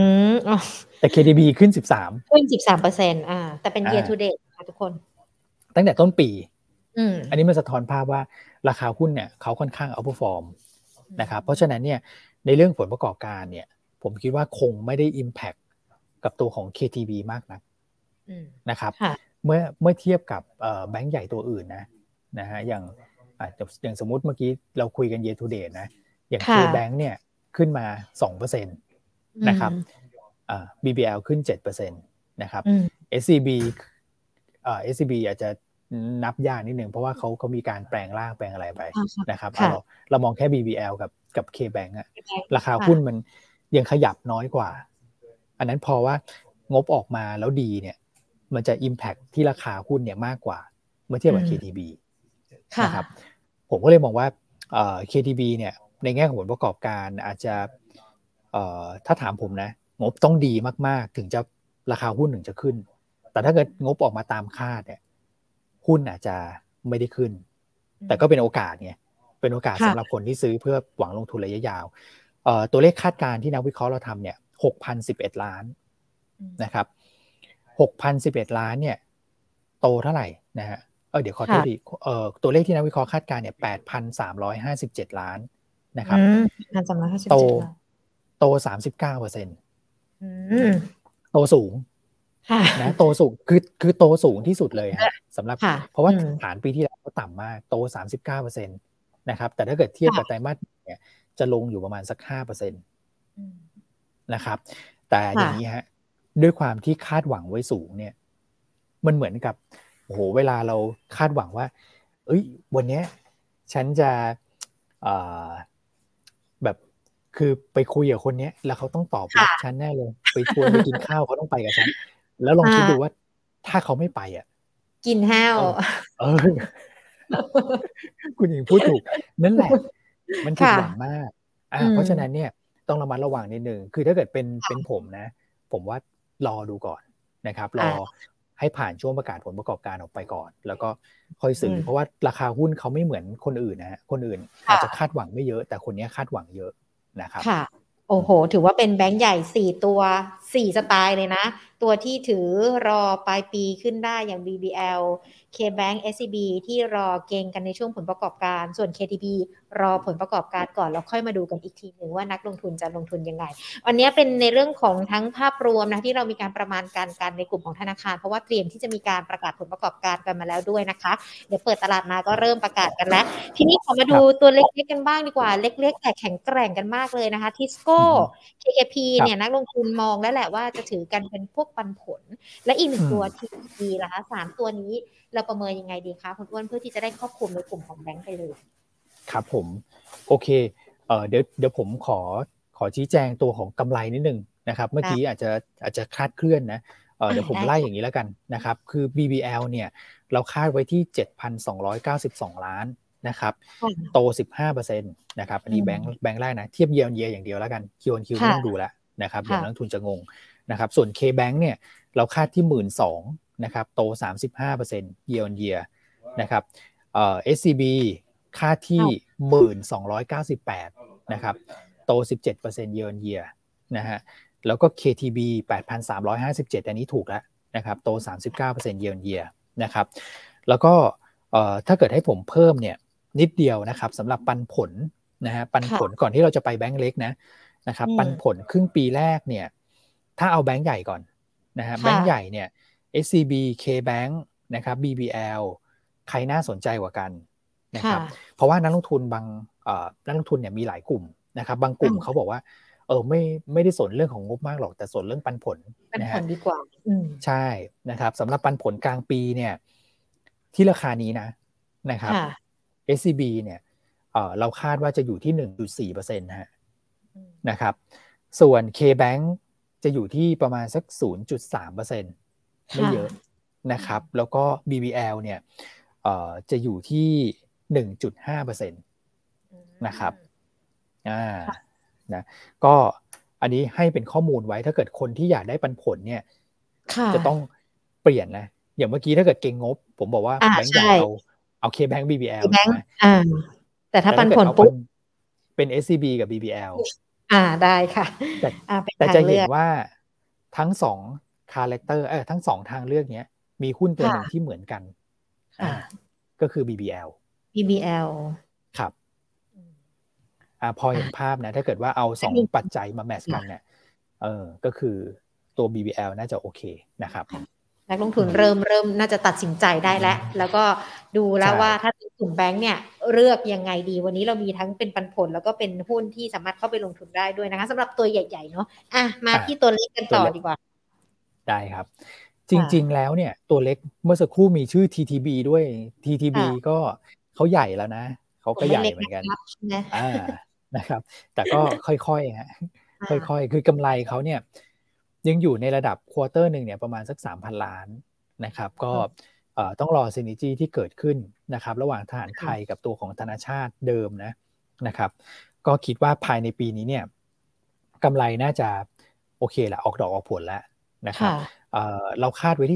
13%แต่ KTB ขึ้น 13% แต่เป็น year to date ค่ะทุกคนตั้งแต่ต้นปีอันนี้มันสะท้อนภาพว่าราคาหุ้นเนี่ยเขาค่อนข้างเอาท์เพอร์ฟอร์มนะครับเพราะฉะนั้นเนี่ยในเรื่องผลประกอบการเนี่ยผมคิดว่าคงไม่ได้ impact กับตัวของ KTB มากนักนะครับเมื่อเทียบกับแบงก์ใหญ่ตัวอื่นนะฮะอย่างสมมุติเมื่อกี้เราคุยกัน year to date นะอย่าง KBank เนี่ยขึ้นมา 2% นะครับBBL ขึ้น 7% นะครับ SCB SCB อาจจะนับยากนิดนึงเพราะว่าเขามีการแปลงร่างแปลงอะไรไปนะครับเรามองแค่ BBL กับ KBank อะราคาหุ้นมันยังขยับน้อยกว่าอันนั้นพอว่างบออกมาแล้วดีเนี่ยมันจะ impact ที่ราคาหุ้นเนี่ยมากกว่าเมื่อเทียบกับ KTB นะครับผมก็เลยมองว่าKTB เนี่ยในแง่ของผลประกอบการอาจจะถ้าถามผมนะงบต้องดีมากๆถึงจะราคาหุ้นถึงจะขึ้นแต่ถ้าเกิดงบออกมาตามคาดเนี่ยหุ้นอาจจะไม่ได้ขึ้นแต่ก็เป็นโอกาสไงเป็นโอกาสสำหรับคนที่ซื้อเพื่อหวังลงทุนระยะยาวตัวเลขคาดการณ์ที่นักวิเคราะห์เราทำเนี่ย 6,011 ล้านนะครับ 6,011 ล้านเนี่ยโตเท่าไหร่นะฮะเดี๋ยวขอโทษดีตัวเลขที่นักวิเคราะห์คาดการณ์เนี่ย 8,357 ล้านนะครับโต 39% โตสูงนะโตสูงคือโตสูงที่สุดเลยฮะสำหรับเพราะว่าฐานปีที่แล้วก็ต่ำมากโต 39% นะครับแต่ถ้าเกิดเทียบกับไตรมาสเนี่ยจะลงอยู่ประมาณสัก 5% นะครับแต่อย่างนี้ฮะด้วยความที่คาดหวังไว้สูงเนี่ยมันเหมือนกับโอ้โหเวลาเราคาดหวังว่าวันนี้ฉันจะแบบคือไปคุยกับคนนี้แล้วเขาต้องตอบรับฉันแน่เลยไปชวนไปกินข้าวเขาต้องไปกับฉันแล้วลองคิดดูว่าถ้าเขาไม่ไปกินห้าวคุณหญิงพูดถูกนั่นแหละมันผิดหวังมากเพราะฉะนั้นเนี่ยต้องระมัดระวังนิดนึงคือถ้าเกิดเป็นผมนะผมว่ารอดูก่อนนะครับรอให้ผ่านช่วงประกาศผลประกอบการออกไปก่อนแล้วก็ค่อยซื้อเพราะว่าราคาหุ้นเขาไม่เหมือนคนอื่นนะฮะคนอื่นอาจจะคาดหวังไม่เยอะแต่คนนี้คาดหวังเยอะนะครับค่ะโอ้โหถือว่าเป็นแบงก์ใหญ่4ตัว4สไตล์เลยนะตัวที่ถือรอปลายปีขึ้นได้อย่าง BBL KBank SCB ที่รอเก็งกันในช่วงผลประกอบการส่วน KTB รอผลประกอบการก่อนแล้วค่อยมาดูกันอีกทีนึงว่านักลงทุนจะลงทุนยังไงวันนี้เป็นในเรื่องของทั้งภาพรวมนะที่เรามีการประมาณการในกลุ่มของธนาคารเพราะว่าเตรียมที่จะมีการประกาศผลประกอบการกันมาแล้วด้วยนะคะเดี๋ยวเปิดตลาดมาก็เริ่มประกาศกันแล้วทีนี้ขอมาดูตัวเล็กๆกันบ้างดีกว่าเล็กๆแต่แข็งแกร่งกันมากเลยนะคะทิสโก้ KKP เนี่ยนักลงทุนมองแล้วแหละว่าจะถือกันเป็นพวกปันผลและอีกหนึ่งตัว TPG นะคะ3ตัวนี้เราประเมินยังไงดีคะคุณอ้วนเพื่อที่จะได้ครอบคลุมในกลุ่มของแบงก์ไปเลยครับผมโอเคเดี๋ยวผมขอชี้แจงตัวของกำไรนิดนึงนะครับเมื่อกี้อาจจะคลาดเคลื่อนนะเดี๋ยวผมไล่อย่างนี้แล้วกันนะครับคือ BBL เนี่ยเราคาดไว้ที่ 7,292 ล้านนะครับโต 15% นะครับอันนี้แบงค์แรกนะเทียบ year on year อย่างเดียวแล้วกัน Q on Q ไม่ต้องดูแล้วนะครับเดี๋ยวนักลงทุนจะงงนะครับส่วน KBank เนี่ยเราคาดที่ 12,000 นะครับโต 35% year on year นะครับSCB คาดที่ 1,298 นะครับโต 17% year on year นะฮะแล้วก็ KTB 8,357 อันนี้ถูกแล้วนะครับโต 39% year on year นะครับแล้วก็ถ้าเกิดให้ผมเพิ่มเนี่ยนิดเดียวนะครับสำหรับปันผลนะฮะปันผลก่อนที่เราจะไปแบงก์เล็กนะครับปันผลครึ่งปีแรกเนี่ยถ้าเอาแบงก์ใหญ่ก่อนนะฮะแบงก์ใหญ่เนี่ย SCB KBank นะครับ BBL ใครน่าสนใจกว่ากันนะครับเพราะว่านักลงทุนนักลงทุนเนี่ยมีหลายกลุ่มนะครับบางกลุ่มเขาบอกว่าไม่ได้สนเรื่องของงบมากหรอกแต่สนเรื่องปันผลนะฮะดีกว่าใช่นะครับสำหรับปันผลกลางปีเนี่ยที่ราคานี้นะครับ SCB เนี่ยเราคาดว่าจะอยู่ที่ 1.4% นะครับส่วน KBank จะอยู่ที่ประมาณสัก 0.3% ไม่เยอะนะครับแล้วก็ BBL เนี่ยจะอยู่ที่ 1.5% นะครับนะก็อันนี้ให้เป็นข้อมูลไว้ถ้าเกิดคนที่อยากได้ปันผลเนี่ยจะต้องเปลี่ยนนะอย่างเมื่อกี้ถ้าเกิดเก็งงบผมบอกว่าแบงก์ใหญ่เอา KBank BBL นะแต่ถ้าปันผลปุ๊บเป็น SCB กับ BBL ได้ค่ะแต่จะเห็นว่าทั้ง2คาแรคเตอร์ทั้ง2ทางเลือกนี้มีหุ้นตัวหนึ่งที่เหมือนกันค่ะก็คือ BBL BBL ครับพอเห็นภาพนะถ้าเกิดว่าเอา2ปัจจัยมาแมทช์กันเนี่ยก็คือตัว BBL น่าจะโอเคนะครับนักลงทุนเริ่มน่าจะตัดสินใจได้แล้วก็ดูแล้วว่าถ้าเป็นกลุ่มแบงค์เนี่ยเลือกยังไงดีวันนี้เรามีทั้งเป็นปันผลแล้วก็เป็นหุ้นที่สามารถเข้าไปลงทุนได้ด้วยนะคะสำหรับตัวใหญ่ๆเนาะมาที่ตัวเล็กกันต่อดีกว่าได้ครับจริงๆแล้วเนี่ยตัวเล็กเมื่อสักครู่มีชื่อ TTB ด้วย TTB ก็เขาใหญ่แล้วนะเขาก็ใหญ่เหมือนกันนะครับแต่ก็ค่อยๆฮะค่อยๆคือกำไรเขาเนี่ยยังอยู่ในระดับควอเตอร์หนึ่งเนี่ยประมาณสัก 3,000 ล้านนะครับก็ต้องรอซินิจี้ที่เกิดขึ้นนะครับระหว่างทหารไทยกับตัวของธนาชาติเดิมนะครับก็คิดว่าภายในปีนี้เนี่ยกำไรน่าจะโอเคแหละออกดอกออกผลแล้วนะครับเราคาดไว้ที่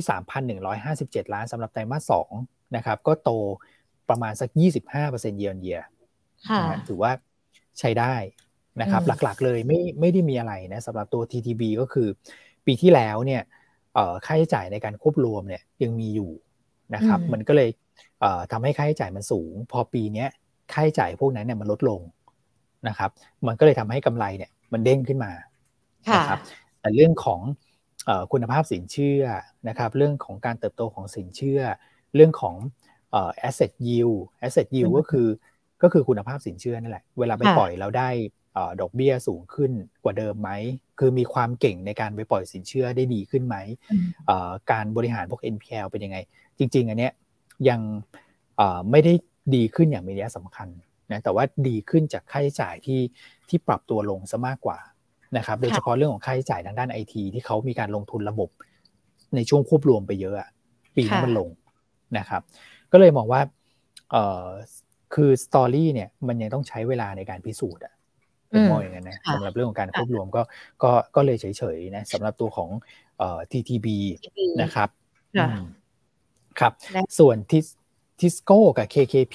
3,157 ล้านสำหรับไตรมาส2นะครับก็โตประมาณสัก 25% year on year ถือว่าใช้ได้นะครับหลักๆเลยไม่ได้มีอะไรนะสำหรับตัว TTB ก็คือปีที่แล้วเนี่ยค่าใช้จ่ายในการควบรวมเนี่ยยังมีอยู่นะครับมันก็เลยทำให้ค่าใช้จ่ายมันสูงพอปีนี้ค่าใช้จ่ายพวกนั้นเนี่ยมันลดลงนะครับมันก็เลยทำให้กำไรเนี่ยมันเด้งขึ้นมานะครับแต่เรื่องของคุณภาพสินเชื่อนะครับเรื่องของการเติบโตของสินเชื่อเรื่องของasset yield ก็คือคุณภาพสินเชื่อนั่นแหละเวลาไปปล่อยแล้วได้ดอกเบี้ยสูงขึ้นกว่าเดิมไหมคือมีความเก่งในการไปปล่อยสินเชื่อได้ดีขึ้นไหมการบริหารพวก NPL เป็นยังไงจริงๆอันเนี้ยยังไม่ได้ดีขึ้นอย่างมีนัยสำคัญนะแต่ว่าดีขึ้นจากค่าใช้จ่ายที่ปรับตัวลงซะมากกว่านะครับโดยเฉพาะเรื่องของค่าใช้จ่ายทางด้าน IT ที่เขามีการลงทุนระบบในช่วงควบรวมไปเยอะปีนี้มันลงนะครับก็เลยมองว่าคือสตอรี่เนี่ยมันยังต้องใช้เวลาในการพิสูจน์ผมมองอย่างนั้นนะสำหรับเรื่องของการควบรวมก็เลยเฉยๆนะสำหรับตัวของTTB นะครับครับส่วนทิสโก้กับ KKP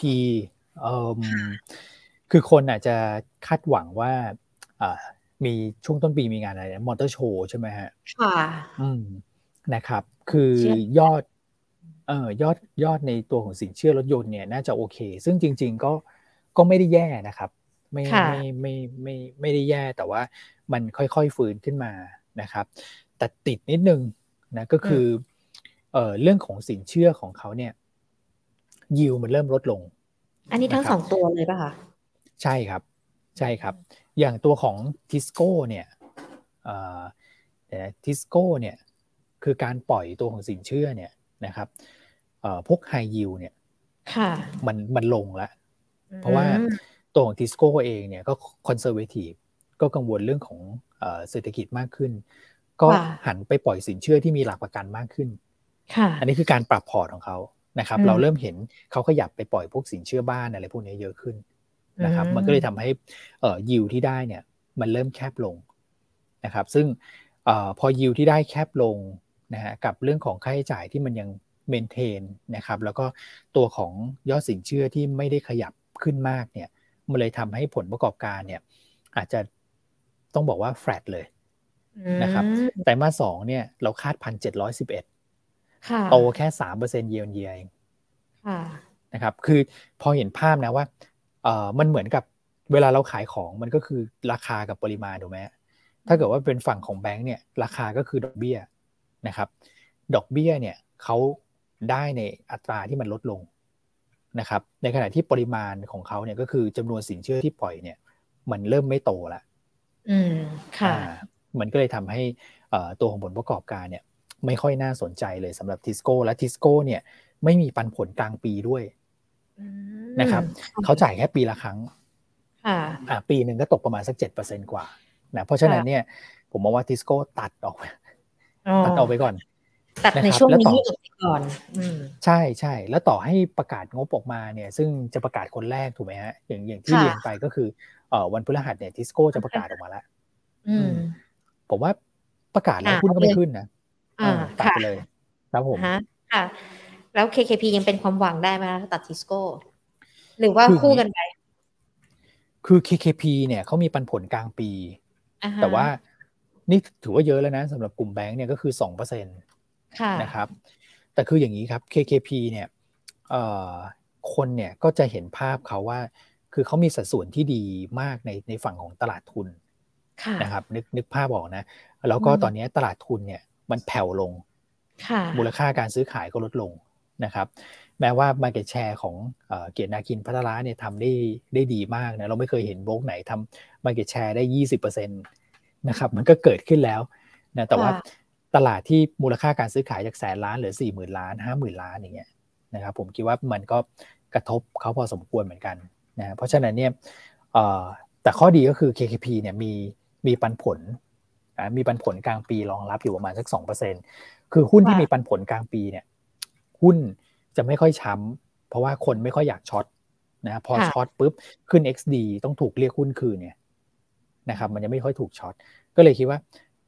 คือคนอาจจะคาดหวังว่ามีช่วงต้นปีมีงานอะไรนะมอเตอร์โชว์ใช่ไหมฮะค่ะนะครับคือยอดในตัวของสินเชื่อรถยนต์เนี่ยน่าจะโอเคซึ่งจริงๆก็ไม่ได้แย่นะครับไม่ได้แย่แต่ว่ามันค่อยๆฟื้นขึ้นมานะครับแต่ติดนิดนึงนะก็คือเรื่องของสินเชื่อของเขาเนี่ยยิวมันเริ่มลดลงอันนี้ทั้ง2ตัวเลยป่ะคะใช่ครับอย่างตัวของทิสโก้เนี่ยทิสโก้เนี่ยคือการปล่อยตัวของสินเชื่อเนี่ยนะครับพวกไฮยิวเนี่ยมันลงแล้วเพราะว่าตัวของทิสโก้เองเนี่ยก็คอนเซอร์เวทีฟก็กังวลเรื่องของเศรษฐกิจมากขึ้นก็หันไปปล่อยสินเชื่อที่มีหลักประกันมากขึ้นอันนี้คือการปรับพอร์ตของเขานะครับเราเริ่มเห็นเขาขยับไปปล่อยพวกสินเชื่อบ้านอะไรพวกนี้เยอะขึ้นนะครับมันก็เลยทำให้ยิวที่ได้เนี่ยมันเริ่มแคบลงนะครับซึ่งพอยิวที่ได้แคบลงนะฮะกับเรื่องของค่าใช้จ่ายที่มันยังเมนเทนนะครับแล้วก็ตัวของยอดสินเชื่อที่ไม่ได้ขยับขึ้นมากเนี่ยมันเลยทำให้ผลประกอบการเนี่ยอาจจะต้องบอกว่าแฟลตเลยนะครับไตรมาส2เนี่ยเราคาด 1,711 โตแค่ 3% year on year เองนะครับคือพอเห็นภาพนะว่ามันเหมือนกับเวลาเราขายของมันก็คือราคากับปริมาณถูกไหมถ้าเกิดว่าเป็นฝั่งของแบงก์เนี่ยราคาก็คือดอกเบี้ยนะครับดอกเบี้ยเนี่ยเขาได้ในอัตราที่มันลดลงนะครับในขณะที่ปริมาณของเขาเนี่ยก็คือจำนวนสินเชื่อที่ปล่อยเนี่ยมันเริ่มไม่โตแล้วค่ะมันก็เลยทำให้ตัวของผลประกอบการเนี่ยไม่ค่อยน่าสนใจเลยสำหรับทิสโก้และทิสโก้เนี่ยไม่มีปันผลกลางปีด้วยนะครับเขาจ่ายแค่ปีละครั้งปีหนึ่งก็ตกประมาณสัก 7% กว่านะเพราะฉะนั้นเนี่ยผมมองว่าทิสโก้ตัดออกไปก่อนตัดในช่วงนี้ก่อนใช่แล้วต่อให้ประกาศงบออกมาเนี่ยซึ่งจะประกาศคนแรกถูกไหมฮะอย่างที่เรียนไปก็คือวันพฤหัสเนี่ยทิสโก้จะประกาศออกมาแล้วผมว่าประกาศแล้วหุ้นก็ไม่ขึ้นนะตัดไปเลยครับผมค่ะแล้ว KKP ยังเป็นความหวังได้ไหมคะตัดทิสโก้หรือว่าคู่กันไปคือ KKP เนี่ยเขามีปันผลกลางปีแต่ว่านี่ถือว่าเยอะแล้วนะสำหรับกลุ่มแบงก์เนี่ยก็คือ 2% นะครับแต่คืออย่างนี้ครับ KKP เนี่ยเอ่อคนเนี่ยก็จะเห็นภาพเขาว่าคือเขามีสัดส่วนที่ดีมากในฝั่งของตลาดทุนค่ะนะครับนึกภาพออกนะแล้วอืก็ตอนนี้มตลาดทุนเนี่ยมันแผ่วลงค่ะมูลค่าการซื้อขายก็ลดลงนะครับแม้ว่า market share ของเกียรตินาคินภัทรเนี่ยทำได้ดีมากนะเราไม่เคยเห็นโบรกไหนทำ market share ได้ 20%นะครับมันก็เกิดขึ้นแล้วนะแต่ว่าค่ะตลาดที่มูลค่าการซื้อขายจากแสนล้านเหลือ40,000 ล้าน50,000 ล้านอย่างเงี้ยนะครับผมคิดว่ามันก็กระทบเขาพอสมควรเหมือนกันนะเพราะฉะนั้นเนี่ยแต่ข้อดีก็คือ KKP เนี่ยมีปันผลมีปันผลกลางปีรองรับอยู่ประมาณสัก 2%คือหุ้นที่มีปัค่ะนผลกลางปีเนี่ยหุ้นจะไม่ค่อยช้ำเพราะว่าคนไม่ค่อยอยากช็อตนะพอช็อค่ะตปุ๊บขึ้น XD ต้องถูกเรียกหุ้นคืนเนี่ยนะครับมันจะไม่ค่อยถูกช็อตก็เลยคิดว่า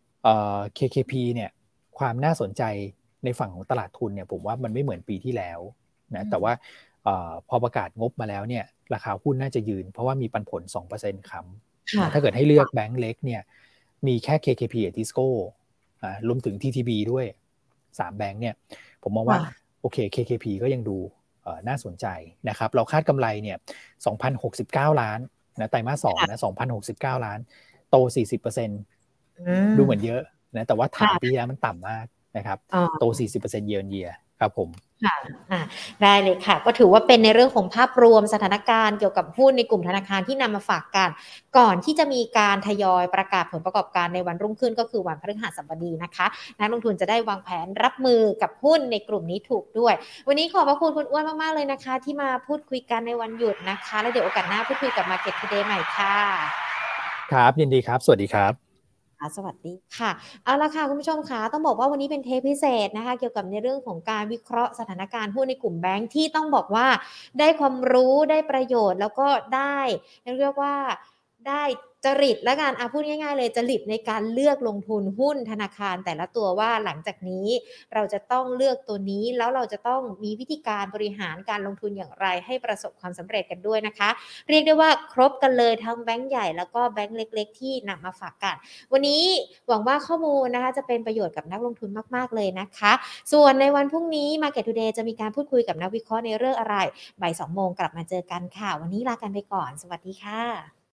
KKP เนี่ยความน่าสนใจในฝั่งของตลาดทุนเนี่ยผมว่ามันไม่เหมือนปีที่แล้วนะแต่ว่าพอประกาศงบมาแล้วเนี่ยราคาหุ้นน่าจะยืนเพราะว่ามีปันผล 2% ค้ำค่ะนะถ้าเกิดให้เลือกแบงก์เล็กเนี่ยมีแค่ KKP กับ Tisco รวมถึง TTB ด้วย3แบงก์เนี่ยผมมองว่าค่ะโอเค KKP ก็ยังดูน่าสนใจนะครับเราคาดกำไรเนี่ย 2,069 ล้านนะไตรมาส2นะ2,069 ล้านโต 40% อืมดูเหมือนเยอะนะแต่ว่าฐานปีค่ะที่แล้วมันต่ำมากนะครับอ๋อโต 40% year on year ครับผมค่ะได้เลยค่ะก็ถือว่าเป็นในเรื่องของภาพรวมสถานการณ์เกี่ยวกับหุ้นในกลุ่มธนาคารที่นำมาฝากกันก่อนที่จะมีการทยอยประกาศผลประกอบการในวันรุ่งขึ้นก็คือวันพฤหัสบดีนะคะนักลงทุนจะได้วางแผนรับมือกับหุ้นในกลุ่มนี้ถูกด้วยวันนี้ขอบพระคุณคุณอ้วนมากๆเลยนะคะที่มาพูดคุยกันในวันหยุดนะคะแล้วเดี๋ยวโอกาสหน้าพูดคุยกับ Market Today ใหม่ค่ะครับยินดีครับสวัสดีครับสวัสดีค่ะเอาละค่ะคุณผู้ชมค่ะต้องบอกว่าวันนี้เป็นเทปพิเศษนะคะเกี่ยวกับในเรื่องของการวิเคราะห์สถานการณ์หุ้นในกลุ่มแบงค์ที่ต้องบอกว่าได้ความรู้ได้ประโยชน์แล้วก็ได้เรียกว่าได้จริตแล้วกันพูดง่ายๆเลยจริตในการเลือกลงทุนหุ้นธนาคารแต่ละตัวว่าหลังจากนี้เราจะต้องเลือกตัวนี้แล้วเราจะต้องมีวิธีการบริหารการลงทุนอย่างไรให้ประสบความสำเร็จกันด้วยนะคะเรียกได้ว่าครบกันเลยทั้งแบงค์ใหญ่แล้วก็แบงค์เล็กๆที่นำมาฝากกัน วันนี้หวังว่าข้อมูลนะคะจะเป็นประโยชน์กับนักลงทุนมากๆเลยนะคะส่วนในวันพรุ่งนี้ Market Today จะมีการพูดคุยกับนักวิเคราะห์ในเรื่องอะไรบ่าย2โมงกลับมาเจอกันค่ะวันนี้ลากันไปก่อนสวัสดีค่ะ